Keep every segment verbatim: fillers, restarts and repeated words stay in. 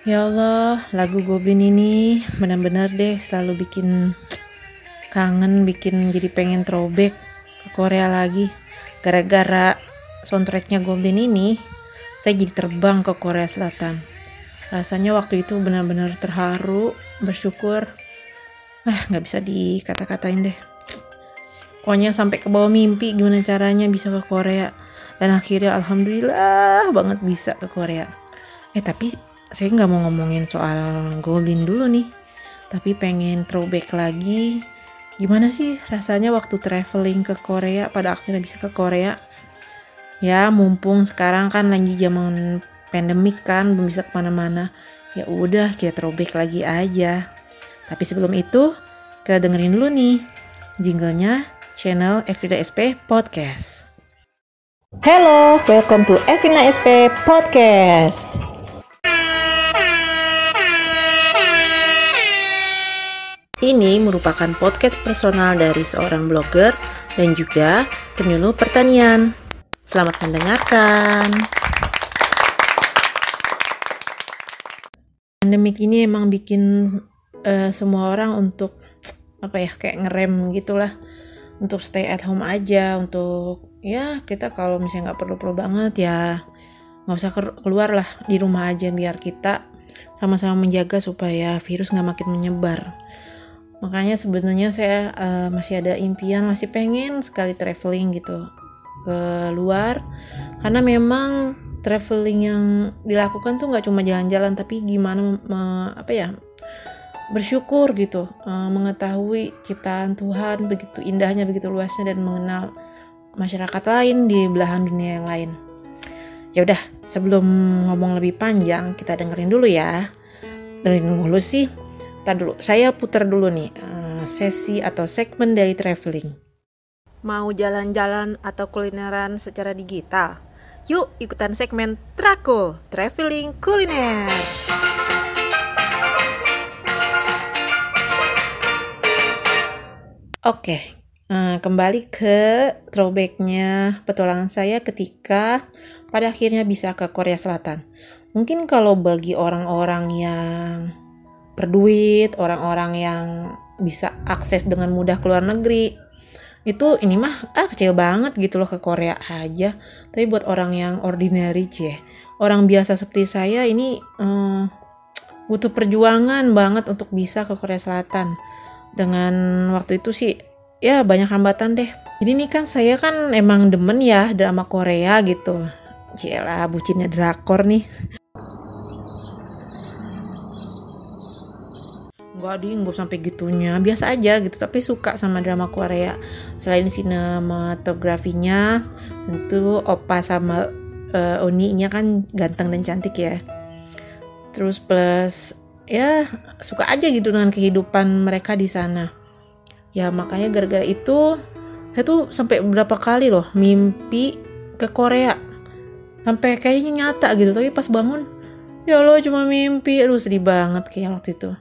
Ya Allah, lagu Goblin ini benar-benar deh selalu bikin kangen, bikin jadi pengen throwback ke Korea lagi. Gara-gara soundtracknya Goblin ini, saya jadi terbang ke Korea Selatan. Rasanya waktu itu benar-benar terharu, bersyukur. Ah, nggak bisa dikata-katain deh. Pokoknya sampai ke bawah mimpi gimana caranya bisa ke Korea. Dan akhirnya alhamdulillah banget bisa ke Korea. Eh tapi saya nggak mau ngomongin soal Goblin dulu nih, tapi pengen throwback lagi. Gimana sih rasanya waktu traveling ke Korea, pada akhirnya bisa ke Korea? Ya mumpung sekarang kan lagi zaman pandemik kan, belum bisa kemana-mana. Ya udah kita throwback lagi aja. Tapi sebelum itu, kita dengerin dulu nih jinglenya channel Evina S P Podcast. Hello, welcome to Evina S P Podcast. Ini merupakan podcast personal dari seorang blogger dan juga penyuluh pertanian. Selamat mendengarkan. Pandemik ini emang bikin uh, semua orang untuk apa ya kayak ngerem gitulah, untuk stay at home aja, untuk ya kita kalau misalnya nggak perlu-perlu banget ya nggak usah keluar lah, di rumah aja biar kita sama-sama menjaga supaya virus nggak makin menyebar. Makanya sebenarnya saya uh, masih ada impian, masih pengen sekali traveling gitu ke luar, karena memang traveling yang dilakukan tuh nggak cuma jalan-jalan, tapi gimana me, apa ya bersyukur gitu, uh, mengetahui ciptaan Tuhan begitu indahnya, begitu luasnya, dan mengenal masyarakat lain di belahan dunia yang lain. Ya udah, sebelum ngomong lebih panjang, kita dengerin dulu ya. Dengerin dulu sih. Ntar dulu, saya putar dulu nih uh, sesi atau segmen dari traveling. Mau jalan-jalan atau kulineran secara digital? Yuk ikutan segmen Trakul, Traveling Kuliner. Oke, uh, kembali ke throwbacknya petualangan saya ketika pada akhirnya bisa ke Korea Selatan. Mungkin kalau bagi orang-orang yang berduit, orang-orang yang bisa akses dengan mudah ke luar negeri, itu ini mah ah kecil banget gitu loh ke Korea aja. Tapi buat orang yang ordinary cie, orang biasa seperti saya ini eh, butuh perjuangan banget untuk bisa ke Korea Selatan. Dengan waktu itu sih ya banyak hambatan deh. Jadi nih kan saya kan emang demen ya drama Korea gitu. Cielah bucinnya drakor nih. Enggak ding, enggak sampai gitunya, biasa aja gitu, tapi suka sama drama Korea. Selain sinematografinya, tentu Oppa sama uh, Oni-nya kan ganteng dan cantik ya. Terus plus ya suka aja gitu dengan kehidupan mereka di sana. Ya makanya gara-gara itu saya tuh sampai beberapa kali loh mimpi ke Korea. Sampai kayaknya nyata gitu, tapi pas bangun ya Allah cuma mimpi. Aduh sedih banget kayak waktu itu.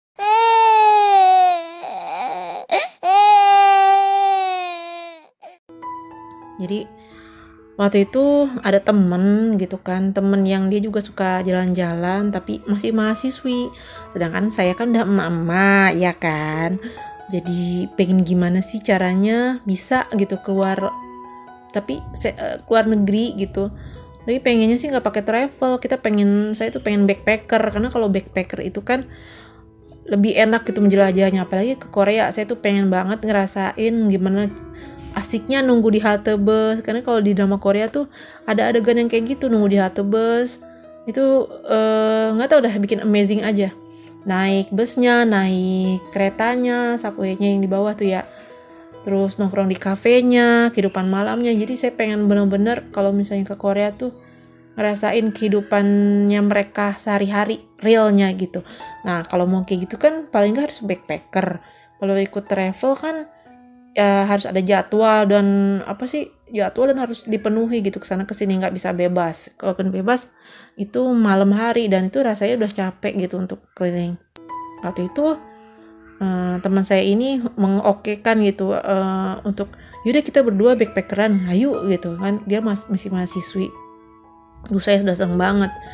Jadi waktu itu ada temen gitu kan, temen yang dia juga suka jalan-jalan tapi masih mahasiswi. Sedangkan saya kan udah emak-emak ya kan. Jadi pengen gimana sih caranya bisa gitu keluar, tapi se- keluar negeri gitu. Tapi pengennya sih nggak pakai travel, kita pengen, saya tuh pengen backpacker, karena kalau backpacker itu kan lebih enak gitu menjelajahnya. Apalagi ke Korea, saya tuh pengen banget ngerasain gimana asiknya nunggu di halte bus, karena kalau di drama Korea tuh ada adegan yang kayak gitu, nunggu di halte bus itu nggak uh, tahu udah bikin amazing aja. Naik busnya, naik keretanya, subway-nya yang di bawah tuh ya, terus nongkrong di kafenya, kehidupan malamnya. Jadi saya pengen bener-bener kalau misalnya ke Korea tuh ngerasain kehidupannya mereka sehari-hari, realnya gitu. Nah kalau mau kayak gitu kan paling nggak harus backpacker. Kalau ikut travel kan ya harus ada jadwal dan apa sih jadwal dan harus dipenuhi gitu, kesana kesini nggak bisa bebas. Kalau pun bebas itu malam hari, dan itu rasanya udah capek gitu untuk keliling. Waktu itu uh, teman saya ini mengokekan gitu uh, untuk yaudah kita berdua backpackeran, ayo gitu kan, dia mas- masih mahasiswi. Duh saya sudah seneng banget.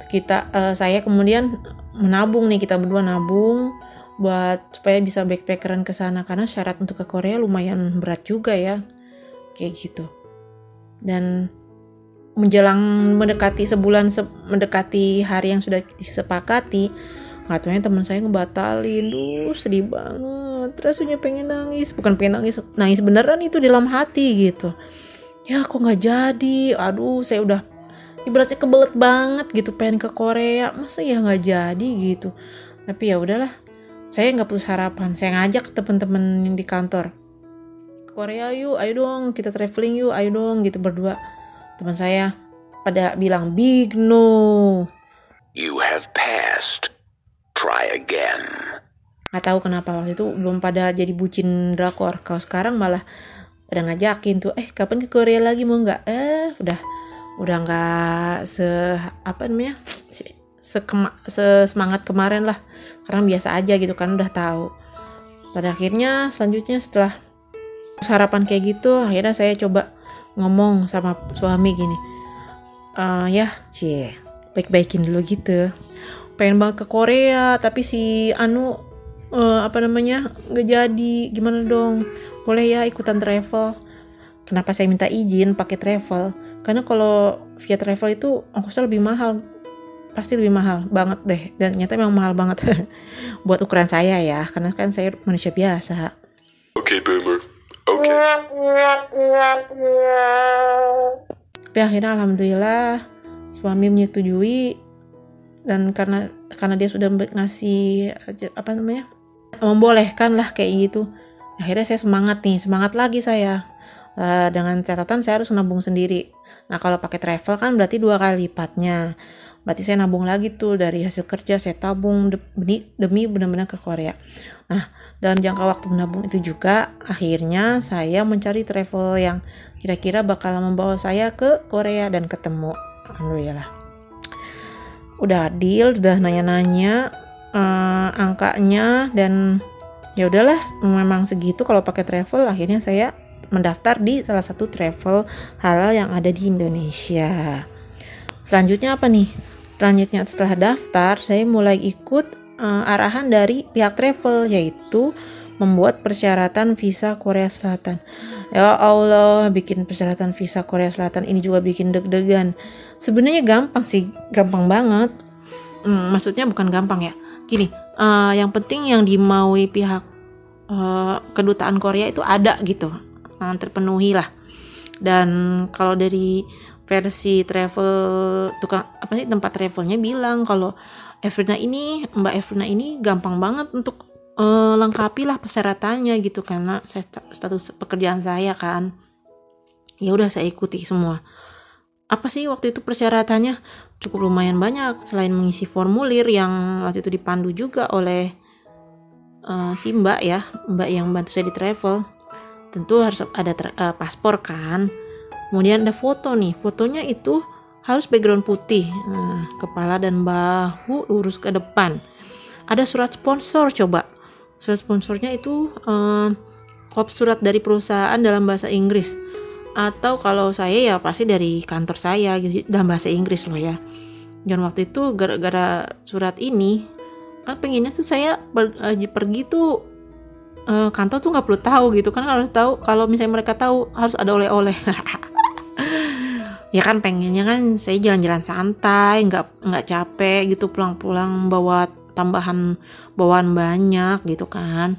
kita uh, saya kemudian menabung nih, kita berdua nabung buat supaya bisa backpackeran ke sana, karena syarat untuk ke Korea lumayan berat juga ya, kayak gitu. Dan menjelang mendekati sebulan se- mendekati hari yang sudah disepakati, nggak taunya teman saya ngebatalin. Duh, sedih banget, rasanya pengen nangis, bukan pengen nangis, nangis beneran itu dalam hati gitu. Ya kok nggak jadi, aduh saya udah ibaratnya kebelet banget gitu pengen ke Korea, masa ya nggak jadi gitu. Tapi ya udahlah, saya nggak putus harapan, saya ngajak teman-teman yang di kantor, ke Korea yuk, ayo dong kita traveling yuk, ayo dong gitu berdua. Teman saya pada bilang big no, you have passed, try again. Nggak tahu kenapa waktu itu belum pada jadi bucin drakor. Kalau sekarang malah pada ngajakin tuh, eh kapan ke Korea lagi, mau nggak? Eh udah udah nggak se apa namanya sekema, sesemangat kemarin lah. Sekarang biasa aja gitu kan, udah tahu. Pada akhirnya selanjutnya setelah harapan kayak gitu, akhirnya saya coba ngomong sama suami gini, uh, ya cie baik-baikin dulu gitu, pengen banget ke Korea tapi si anu uh, apa namanya nggak jadi, gimana dong, boleh ya ikutan travel. Kenapa saya minta izin pakai travel? Karena kalau via travel itu ongkosnya lebih mahal, pasti lebih mahal banget deh, dan ternyata memang mahal banget buat ukuran saya ya, karena kan saya manusia biasa. Oke, okay, boomer. Oke. Okay. Tapi akhirnya alhamdulillah suami menyetujui, dan karena karena dia sudah ngasih apa namanya membolehkan lah kayak gitu, akhirnya saya semangat nih, semangat lagi saya. Uh, dengan catatan saya harus nabung sendiri. Nah kalau pakai travel kan berarti dua kali lipatnya. Berarti saya nabung lagi tuh dari hasil kerja, saya tabung demi, demi benar-benar ke Korea. Nah dalam jangka waktu menabung itu juga akhirnya saya mencari travel yang kira-kira bakal membawa saya ke Korea dan ketemu. Alhamdulillah. Udah deal, udah nanya-nanya uh, angkanya, dan ya udahlah memang segitu kalau pakai travel. Akhirnya saya mendaftar di salah satu travel halal yang ada di Indonesia. Selanjutnya apa nih? Selanjutnya setelah daftar, saya mulai ikut uh, arahan dari pihak travel, yaitu membuat persyaratan visa Korea Selatan. Ya Allah, bikin persyaratan visa Korea Selatan ini juga bikin deg-degan. Sebenarnya gampang sih, gampang banget. Hmm, maksudnya bukan gampang ya. Gini, uh, yang penting yang dimaui pihak uh, kedutaan Korea itu ada gitu. Terpenuhi lah. Dan kalau dari versi travel tukang apa sih tempat travelnya bilang kalau Evrina ini Mbak Evrina ini gampang banget untuk uh, lengkapi lah persyaratannya gitu, karena status pekerjaan saya kan. Ya udah saya ikuti semua. Apa sih waktu itu persyaratannya? Cukup lumayan banyak, selain mengisi formulir yang waktu itu dipandu juga oleh uh, si Mbak ya, Mbak yang bantu saya di travel. Tentu harus ada ter, uh, paspor kan. Kemudian ada foto nih, fotonya itu harus background putih, nah, kepala dan bahu lurus ke depan. Ada surat sponsor, coba surat sponsornya itu uh, kop surat dari perusahaan dalam bahasa Inggris, atau kalau saya ya pasti dari kantor saya gitu, dalam bahasa Inggris loh ya. Dan waktu itu gara-gara surat ini kan pengennya tuh saya per, uh, pergi tuh Uh, kantor tuh nggak perlu tahu gitu kan, harus tahu, kalau misalnya mereka tahu harus ada oleh-oleh. Ya kan pengennya kan saya jalan-jalan santai, nggak nggak capek gitu, pulang-pulang bawa tambahan bawaan banyak gitu kan.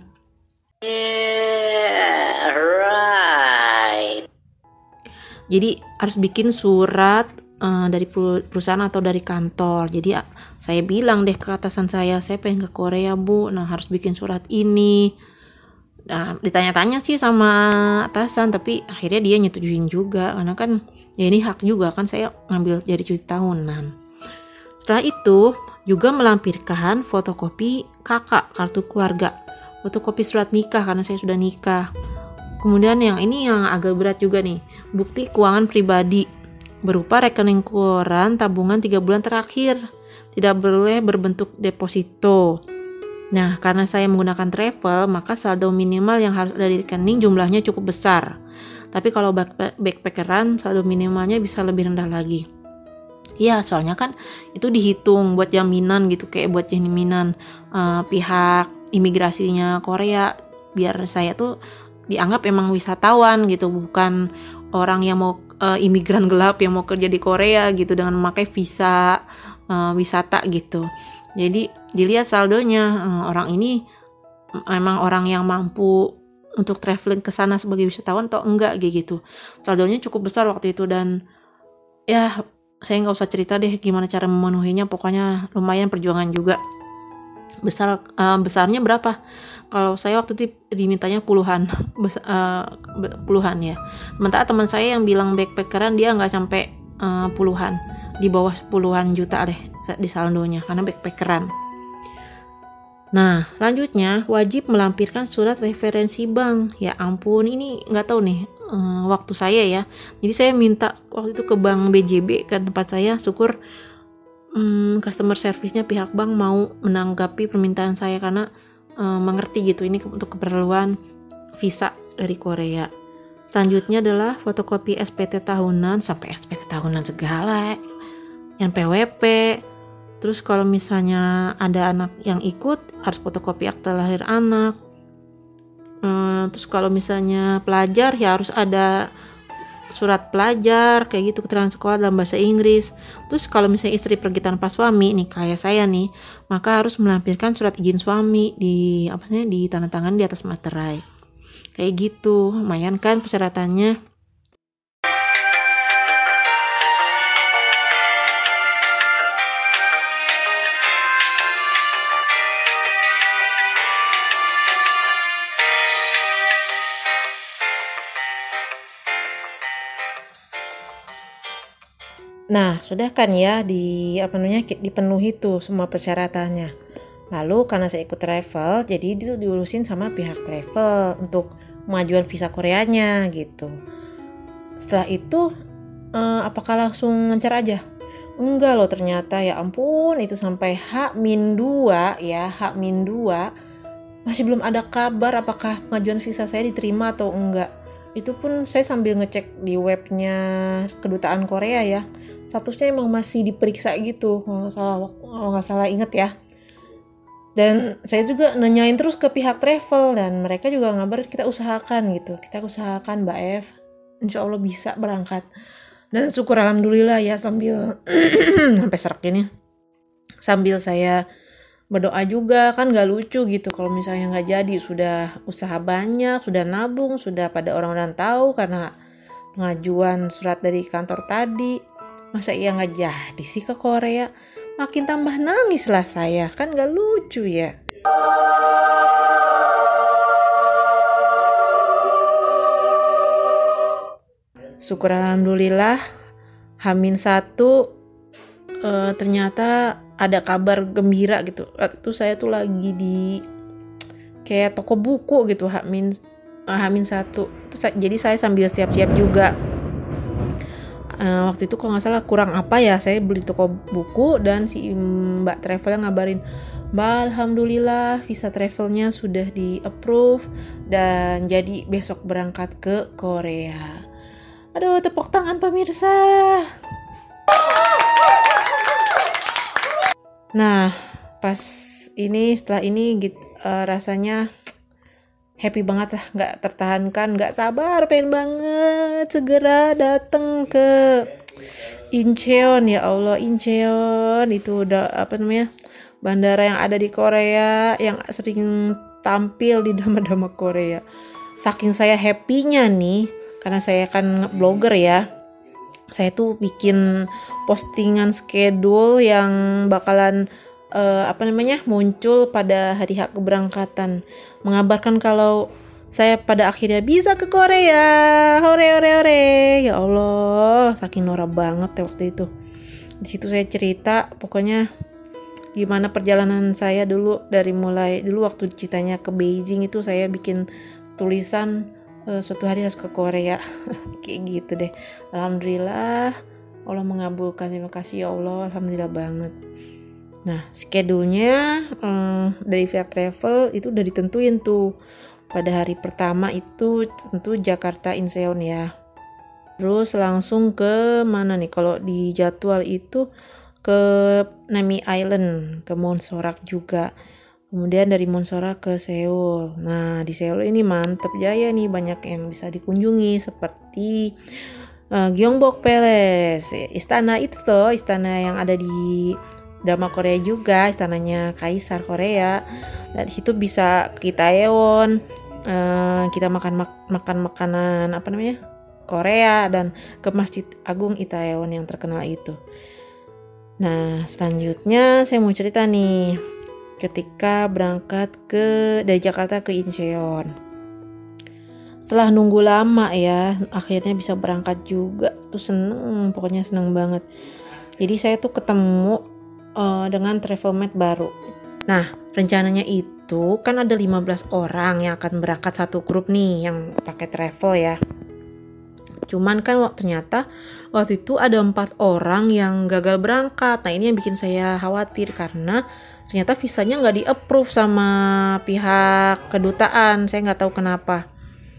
Yeah, right. Jadi harus bikin surat uh, dari perusahaan atau dari kantor. Jadi uh, saya bilang deh ke atasan saya, saya pengen ke Korea bu, nah harus bikin surat ini. Nah, ditanya-tanya sih sama atasan, tapi akhirnya dia nyetujuin juga, karena kan ya ini hak juga kan saya ngambil jadi cuti tahunan. Setelah itu juga melampirkan fotokopi kakak, kartu keluarga, fotokopi surat nikah karena saya sudah nikah. Kemudian yang ini yang agak berat juga nih, bukti keuangan pribadi berupa rekening koran tabungan tiga bulan terakhir, tidak boleh berbentuk deposito. Nah, karena saya menggunakan travel, maka saldo minimal yang harus ada di rekening jumlahnya cukup besar. Tapi kalau backpackeran, saldo minimalnya bisa lebih rendah lagi. Iya, soalnya kan itu dihitung buat jaminan gitu, kayak buat jaminan uh, pihak imigrasinya Korea, biar saya tuh dianggap emang wisatawan gitu, bukan orang yang mau uh, imigran gelap yang mau kerja di Korea gitu dengan memakai visa uh, wisata gitu. Jadi dilihat saldonya, uh, orang ini emang orang yang mampu untuk traveling ke sana sebagai wisatawan atau enggak gitu. Saldonya cukup besar waktu itu, dan ya saya nggak usah cerita deh gimana cara memenuhinya, pokoknya lumayan perjuangan juga. Besar uh, besarnya berapa? Kalau saya waktu itu dimintanya puluhan, bes, uh, puluhan ya. Sementara teman saya yang bilang backpackeran dia nggak sampai uh, puluhan, di bawah puluhan juta deh di saldonya karena backpackeran. Nah, lanjutnya wajib melampirkan surat referensi bank. Ya ampun, ini nggak tahu nih um, waktu saya ya. Jadi saya minta waktu itu ke bank B J B kan tempat saya. Syukur um, customer service-nya pihak bank mau menanggapi permintaan saya karena um, mengerti gitu ini untuk keperluan visa dari Korea. Selanjutnya adalah fotokopi S P T tahunan, sampai S P T tahunan segala, yang P W P. Terus kalau misalnya ada anak yang ikut harus fotokopi akta lahir anak. Hmm, terus kalau misalnya pelajar ya harus ada surat pelajar kayak gitu, keterangan sekolah dalam bahasa Inggris. Terus kalau misalnya istri pergi tanpa suami nih kayak saya nih, maka harus melampirkan surat izin suami di apa sih di tanda tangan di atas materai. Kayak gitu, lumayan kan persyaratannya. Nah, sudah kan ya di apa namanya dipenuhi tuh semua persyaratannya. Lalu karena saya ikut travel, jadi itu diurusin sama pihak travel untuk pengajuan visa Koreanya gitu. Setelah itu, eh, apakah langsung lancar aja? Enggak loh ternyata, ya ampun, itu sampai H minus dua ya, H minus dua masih belum ada kabar apakah pengajuan visa saya diterima atau enggak. Itu pun saya sambil ngecek di webnya kedutaan Korea ya, statusnya emang masih diperiksa gitu kalau nggak salah kalau nggak salah inget ya. Dan saya juga nanyain terus ke pihak travel dan mereka juga ngabarin kita usahakan gitu, kita usahakan Mbak F, insya Allah bisa berangkat. Dan syukur alhamdulillah ya, sambil sampai serak ini, sambil saya berdoa juga, kan gak lucu gitu kalau misalnya gak jadi, sudah usaha banyak, sudah nabung, sudah pada orang-orang tahu karena pengajuan surat dari kantor tadi, masa iya gak jadi sih ke Korea? Makin tambah nangis lah saya, kan gak lucu ya. Syukur alhamdulillah Hamin satu uh, ternyata ada kabar gembira gitu. Waktu saya tuh lagi di kayak toko buku gitu, Hamin uh, Hamin satu. Terus, jadi saya sambil siap-siap juga. Uh, waktu itu kalau nggak salah kurang apa ya, saya beli toko buku dan si Mbak travel yang ngabarin, Mbak alhamdulillah visa travelnya sudah di approve dan jadi besok berangkat ke Korea. Aduh, tepuk tangan pemirsa. Nah, pas ini setelah ini gitu, uh, rasanya happy banget lah, nggak tertahankan, nggak sabar, pengen banget segera datang ke Incheon. Ya Allah, Incheon itu udah apa namanya bandara yang ada di Korea yang sering tampil di drama-drama Korea. Saking saya happy-nya nih, karena saya kan blogger ya, saya tuh bikin postingan schedule yang bakalan Uh, apa namanya muncul pada hari H keberangkatan, mengabarkan kalau saya pada akhirnya bisa ke Korea. Hore hore hore. Ya Allah, saking norak banget ya waktu itu. Di situ saya cerita pokoknya gimana perjalanan saya dulu, dari mulai dulu waktu ceritanya ke Beijing itu saya bikin tulisan uh, suatu hari harus ke Korea. Kayak gitu deh. Alhamdulillah Allah mengabulkan, terima kasih ya Allah, alhamdulillah banget. Nah, schedule-nya um, dari pihak travel itu udah ditentuin tuh. Pada hari pertama itu tentu Jakarta Incheon ya. Terus langsung ke mana nih? Kalau di jadwal itu ke Nami Island, ke Montserrat juga. Kemudian dari Montserrat ke Seoul. Nah, di Seoul ini mantep jaya nih, banyak yang bisa dikunjungi seperti uh, Gyeongbok Palace, istana itu tuh, istana yang ada di drama Korea juga, istananya Kaisar Korea. Dan di situ bisa ke Itaewon, uh, kita makan mak- makan makanan apa namanya Korea dan ke Masjid Agung Itaewon yang terkenal itu. Nah, selanjutnya saya mau cerita nih ketika berangkat ke dari Jakarta ke Incheon. Setelah nunggu lama ya, akhirnya bisa berangkat juga. Tuh seneng, pokoknya seneng banget. Jadi saya tuh ketemu uh, dengan travelmate baru. Nah, rencananya itu kan ada lima belas orang yang akan berangkat satu grup nih yang pakai travel ya. Cuman kan ternyata waktu itu ada empat orang yang gagal berangkat. Nah, ini yang bikin saya khawatir karena ternyata visanya nggak di-approve sama pihak kedutaan. Saya nggak tahu kenapa.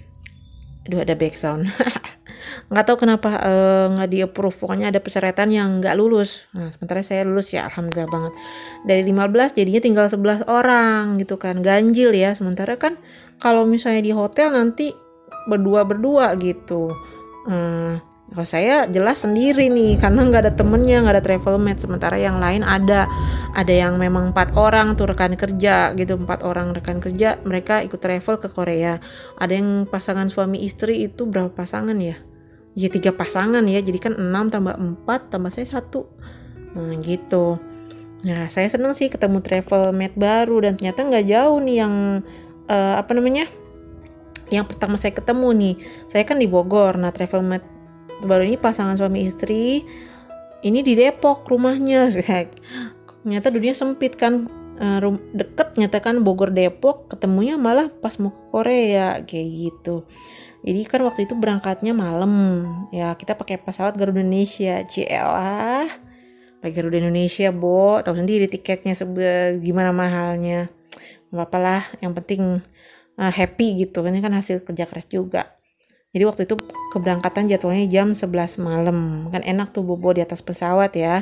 Aduh, ada background. Nggak tahu kenapa uh, nggak di-approve. Pokoknya ada persyaratan yang nggak lulus. Nah, sementara saya lulus ya, alhamdulillah banget. Dari lima belas jadinya tinggal sebelas orang gitu kan. Ganjil ya. Sementara kan kalau misalnya di hotel nanti berdua-berdua gitu. Hmm, kalau saya jelas sendiri nih karena nggak ada temennya, nggak ada travelmate. Sementara yang lain ada ada yang memang empat orang tuh rekan kerja gitu, empat orang rekan kerja, mereka ikut travel ke Korea. Ada yang pasangan suami istri itu berapa pasangan ya? Ya tiga pasangan ya, jadi kan enam tambah empat tambah saya satu. Nah gitu. Nah saya seneng sih ketemu travelmate baru dan ternyata nggak jauh nih yang uh, apa namanya? Yang pertama saya ketemu nih, saya kan di Bogor. Nah, travelmate baru ini pasangan suami istri, ini di Depok rumahnya. Ternyata dunia sempit kan, deket nyata kan Bogor Depok, ketemunya malah pas mau ke Korea kayak gitu. Jadi kan waktu itu berangkatnya malam, ya kita pakai pesawat Garuda Indonesia, cielah, pakai Garuda Indonesia, Bo, tahu sendiri tiketnya sebe- gimana mahalnya, nggak apa-apa lah, yang penting Uh, happy gitu, ini kan hasil kerja keras juga. Jadi waktu itu keberangkatan jadwalnya jam sebelas malam, kan enak tuh bobo di atas pesawat ya,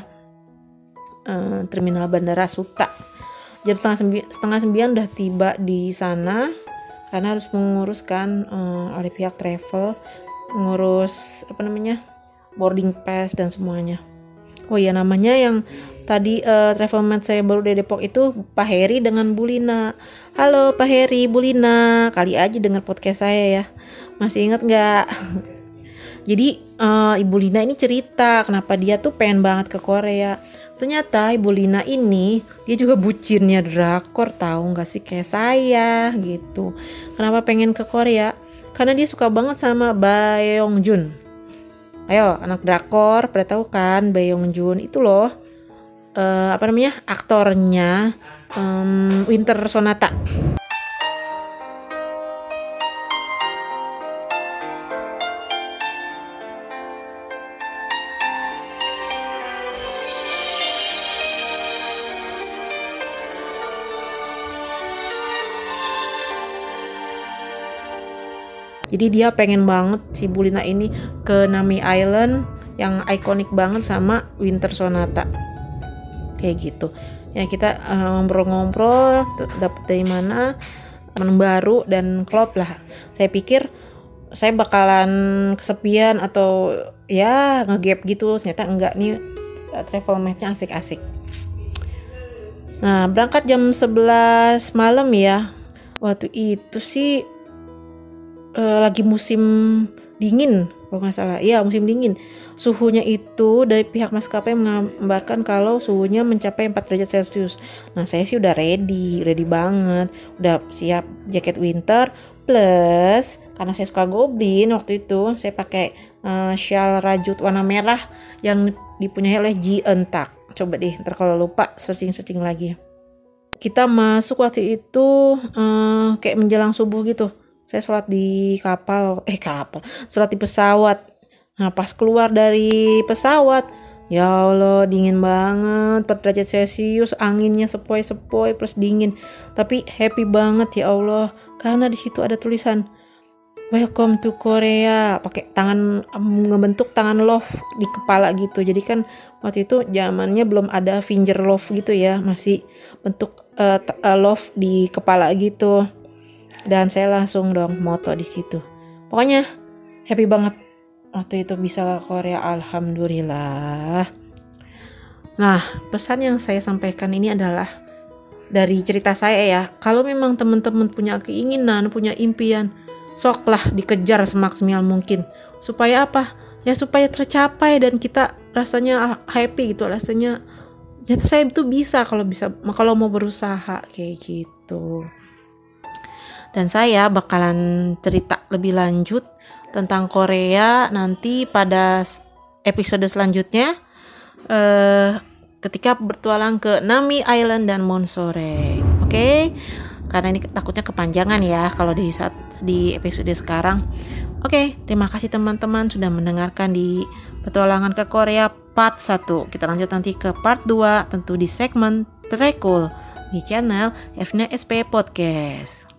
uh, terminal bandara Suta. Jam setengah sembilan, setengah sembilan udah tiba di sana karena harus menguruskan uh, oleh pihak travel, ngurus apa namanya boarding pass dan semuanya. Oh iya, namanya yang tadi uh, travelmate saya baru dari Depok itu Pak Heri dengan Bu Lina. Halo Pak Heri, Bu Lina, kali aja dengar podcast saya ya. Masih ingat nggak? Jadi uh, Ibu Lina ini cerita kenapa dia tuh pengen banget ke Korea. Ternyata Ibu Lina ini dia juga bucinnya drakor, tahu nggak sih, kayak saya gitu. Kenapa pengen ke Korea? Karena dia suka banget sama Bae-yong Jun. Ayo, anak drakor, pada tahu kan Bae-yong Jun itu loh, uh, apa namanya, aktornya um, Winter Sonata. Jadi dia pengen banget si Bu Lina ini ke Nami Island yang ikonik banget sama Winter Sonata. Kayak gitu. Ya kita uh, ngobrol-ngobrol, dapet dari mana, teman baru dan klop lah. Saya pikir saya bakalan kesepian atau ya nge-gap gitu. Ternyata enggak nih, travelmate-nya asik-asik. Nah, berangkat jam sebelas malam ya. Waktu itu sih Uh, lagi musim dingin kalau nggak salah, iya musim dingin. Suhunya itu dari pihak maskapai mengabarkan kalau suhunya mencapai empat derajat Celcius. Nah saya sih udah ready, ready banget, udah siap jaket winter plus karena saya suka goblin waktu itu saya pakai uh, shawl rajut warna merah yang dipunyai oleh Ji Eun-tak. Coba deh ntar kalau lupa searching-searching lagi. Kita masuk waktu itu uh, kayak menjelang subuh gitu. Saya sholat di kapal, eh kapal, sholat di pesawat. Nah pas keluar dari pesawat, ya Allah dingin banget, empat derajat Celcius, anginnya sepoi-sepoi plus dingin. Tapi happy banget ya Allah, karena di situ ada tulisan welcome to Korea, pakai tangan ngebentuk tangan love di kepala gitu. Jadi kan waktu itu zamannya belum ada finger love gitu ya, masih bentuk uh, t- uh, love di kepala gitu. Dan saya langsung dong moto di situ. Pokoknya happy banget waktu itu bisa ke Korea, alhamdulillah. Nah, pesan yang saya sampaikan ini adalah dari cerita saya ya. Kalau memang teman-teman punya keinginan, punya impian, soklah dikejar semaksimal mungkin. Supaya apa? Ya supaya tercapai dan kita rasanya happy gitu, rasanya ternyata saya itu bisa kalau bisa kalau mau berusaha kayak gitu. Dan saya bakalan cerita lebih lanjut tentang Korea nanti pada episode selanjutnya. Uh, ketika bertualang ke Nami Island dan Monsore. Oke, okay? Karena ini takutnya kepanjangan ya kalau di saat di episode sekarang. Oke, okay, terima kasih teman-teman sudah mendengarkan di petualangan ke Korea part satu. Kita lanjut nanti ke part dua tentu di segmen Trekul di channel F N S P Podcast.